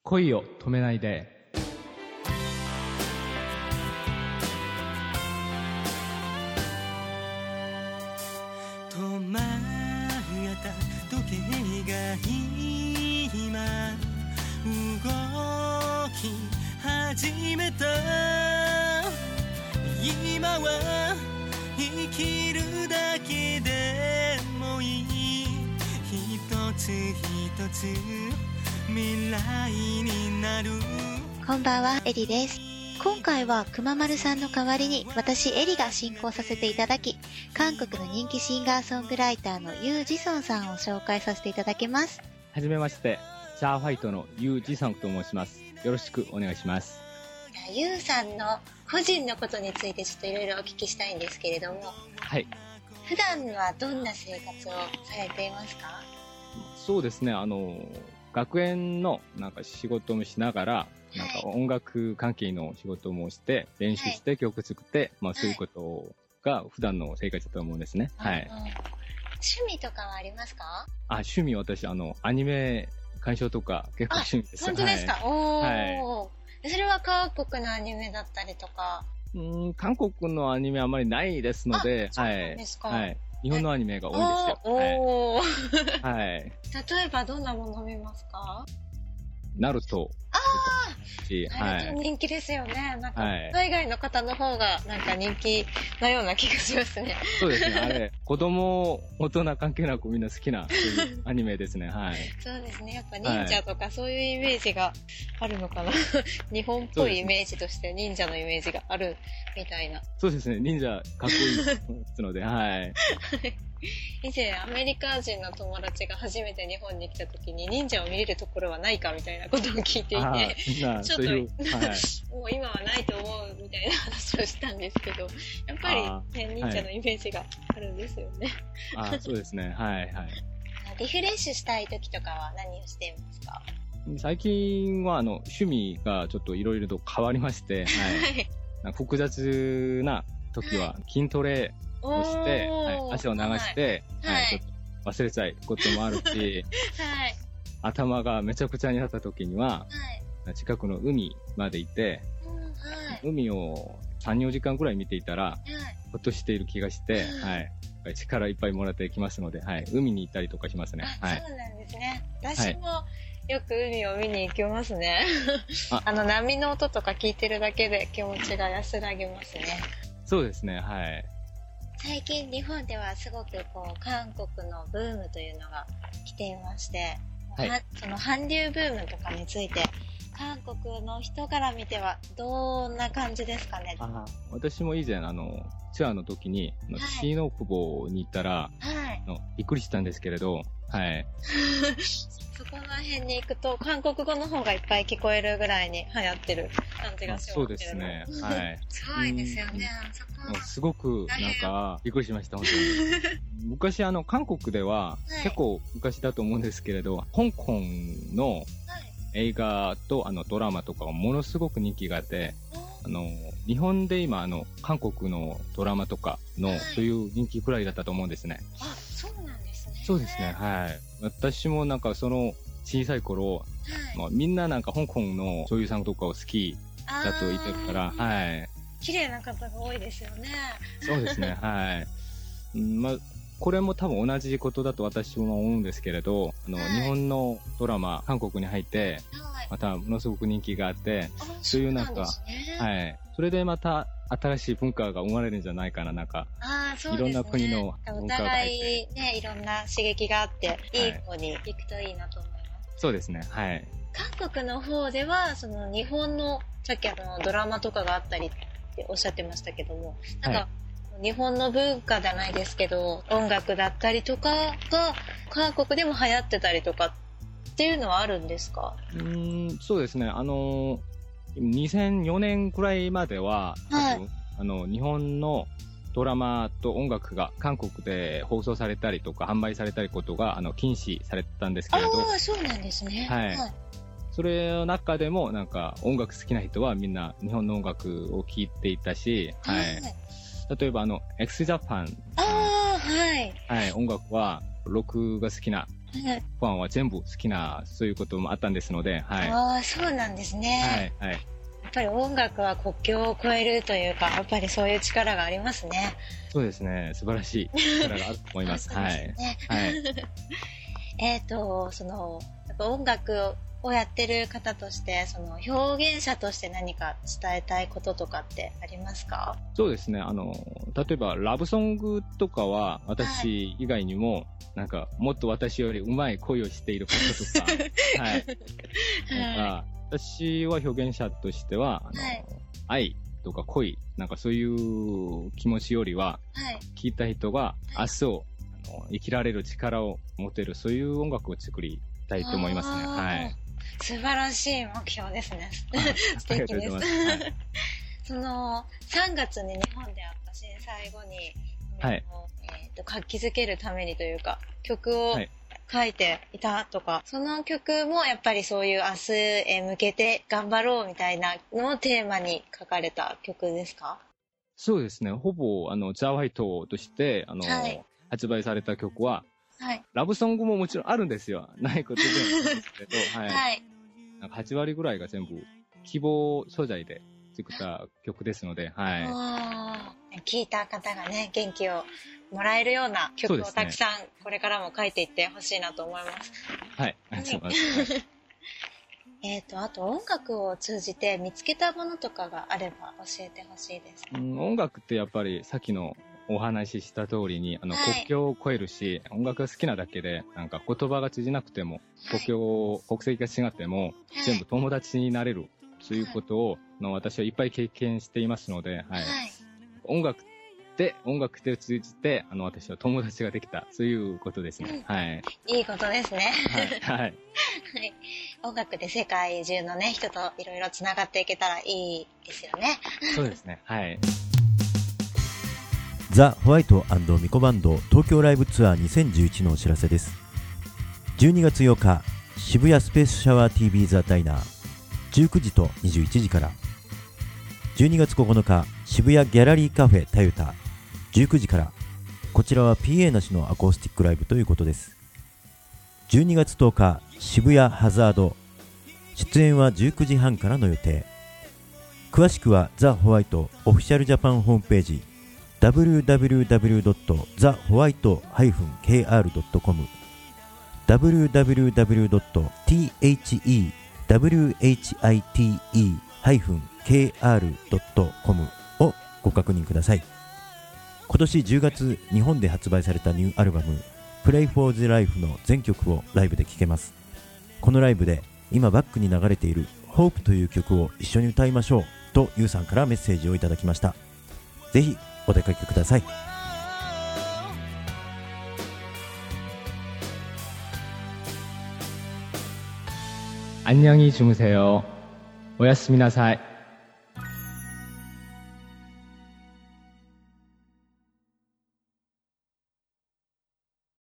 恋を止めないで。 止まった時計が今動き始めた。今は生きるだけでもいい。一つ一つ未来になる。 こんばんは、エリです。今回はくままるさんの代わりに私エリが進行させていただき、韓国の人気シンガーソングライターのユー・ジソンさんを紹介させていただきます。 はじめまして、シャーファイトのユー・ジソンと申します。よろしくお願いします。 ユーさんの個人のことについてちょっといろいろお聞きしたいんですけれども、 はい。 普段はどんな生活をされていますか？ そうですね、学園のなんか仕事もしながら、なんか音楽関係の仕事もして、練習して曲作って、まあそういうことが普段の生活だと思うんですね。はい。 趣味とかはありますか？ 趣味私、アニメ鑑賞とか結構趣味です。 本当ですか？ はい、 おー。 はい。 それは韓国のアニメだったりとか？ 韓国のアニメあまりないですので、 そうなんですか？ はい。日本のアニメが多いですよ。おー。 はい。 例えばどんなもの見ますか？ ナルト。 ナルト人気ですよね。なんか、海外の方の方がなんか人気なような気がしますね。 そうですね。あれ、子供、大人関係なくみんな好きなそういうアニメですね。はい。 そうですね。やっぱ忍者とかそういうイメージがあるのかな。日本っぽいイメージとして忍者のイメージがあるみたいな。 そうですね。忍者かっこいいですので、はい。 以前アメリカ人の友達が初めて日本に来た時に忍者を見れるところはないかみたいなことを聞いていて、ちょっともう今はないと思うみたいな話をしたんですけど、やっぱり、ね、忍者のイメージがあるんですよね。 そうですね。はいはい。 リフレッシュしたい時とかは何をしていますか？ 最近は趣味がちょっといろいろと変わりまして、はい、複雑な時は筋トレをして、足を流して、ちょっと忘れちゃうこともあるし、頭がめちゃくちゃになった時には、近くの海まで行って、海を3、4時間くらい見ていたら、ほっとしている気がして、力いっぱいもらってきますので、海に行ったりとかしますね。 そうなんですね。私もよく海を見に行きますね。波の音とか聞いてるだけで気持ちが安らぎますね。 そうですね、はい。 最近日本ではすごく韓国のブームというのが来ていまして、その韓流ブームとかについて韓国の人から見てはどんな感じですかね？ 私も以前ツアーの時に新大久保に行ったら、びっくりしたんですけれど、 そこの辺に行くと韓国語の方がいっぱい聞こえるぐらいに流行ってる感じがしますけど。 そうですね。はい。 すごいですよね。 すごくなんかびっくりしました、本当に。昔韓国では、結構昔だと思うんですけれど、香港の映画とドラマとかがものすごく人気があって、日本で今韓国のドラマとかのそういう人気くらいだったと思うんですね。 そうなんですね。 そうですね、はい。私もなんかその小さい頃、みんななんか香港の女優さんとかを好きだと言ってるから、 綺麗な方が多いですよね。 そうですね、はい。これも多分同じことだと私も思うんですけれど、日本のドラマ、韓国に入って、またものすごく人気があって、そういうなんか、それでまた新しい文化が生まれるんじゃないかな、なんか。いろんな国の文化が入って。お互いね、いろんな刺激があって、いい方に行くといいなと思います。 そうですね、はい。 韓国の方では、その日本の、さっきドラマとかがあったりっておっしゃってましたけども、なんか、日本の文化じゃないですけど、音楽だったりとかが韓国でも流行ってたりとかっていうのはあるんですか？ そうですね。2004年くらいまでは、日本のドラマと音楽が韓国で放送されたりとか販売されたりことが禁止されてたんですけれど。 そうなんですね。 それの中でもなんか音楽好きな人はみんな日本の音楽を聴いていたし、例えばx ジャパン、音楽はロックが好きなファンは全部好きな、そういうこともあったんですので、はい。 ああ、そうなんですね。はい、はい。やっぱり音楽は国境を越えるというか、やっぱりそういう力がありますね。 そうですね。素晴らしい力があると思います。はい。はい。 やっぱ音楽をやってる方として、その表現者として何か伝えたいこととかってありますか？ そうですね。例えばラブソングとかは、私以外にも、なんか、もっと私より上手い恋をしている方とか、はい。なんか、私は表現者としては、愛とか恋、なんかそういう気持ちよりは、聞いた人が明日を生きられる力を持てる、そういう音楽を作りたいと思いますね。はい。 素晴らしい目標ですね。素敵です。3月に日本であった震災後に、活気づけるためにというか、曲を書いていたとか、その曲もやっぱりそういう明日へ向けて頑張ろうみたいなのをテーマに書かれた曲ですか？ そうですね。ほぼ、ザ・ホワイトとして、発売された曲は、ラブソングももちろんあるんですよ。ないことではないですけど、なんか8割ぐらいが全部希望素材で作った曲ですので、 聴いた方がね、元気をもらえるような曲をたくさんこれからも書いていってほしいなと思います。 はい。 あと音楽を通じて見つけたものとかがあれば教えてほしいです。 音楽ってやっぱりさっきのお話しした通りに、国境を越えるし、音楽が好きなだけで、なんか言葉が通じなくても、国籍が違っても、全部友達になれる、そういうことを、私はいっぱい経験していますので、音楽で通じて、私は友達ができた、そういうことですね。 いいことですね。 はい。 音楽で世界中のね、人といろいろつながっていけたらいいですよね。 そうですね。はい。 ザ・ホワイト&ミコバンド東京ライブツアー2011のお知らせです。12月8日、渋谷スペースシャワー TV ザ・ダイナー、19時と21時から。12月9日、渋谷ギャラリーカフェタユタ、19時から。こちらは PA なしのアコースティックライブということです。12月10日、渋谷ハザード、出演は19時半からの予定。詳しくはザ・ホワイトオフィシャルジャパンホームページwww.thewhite-kr.com www.thewhite-kr.com をご確認ください。今年10月日本で発売されたニューアルバム Play for the Life の全曲をライブで聴けます。このライブで今バックに流れている Hope という曲を一緒に歌いましょうとゆうさんからメッセージをいただきました。ぜひお出かけください。 안녕히 주무세요。おやすみなさい。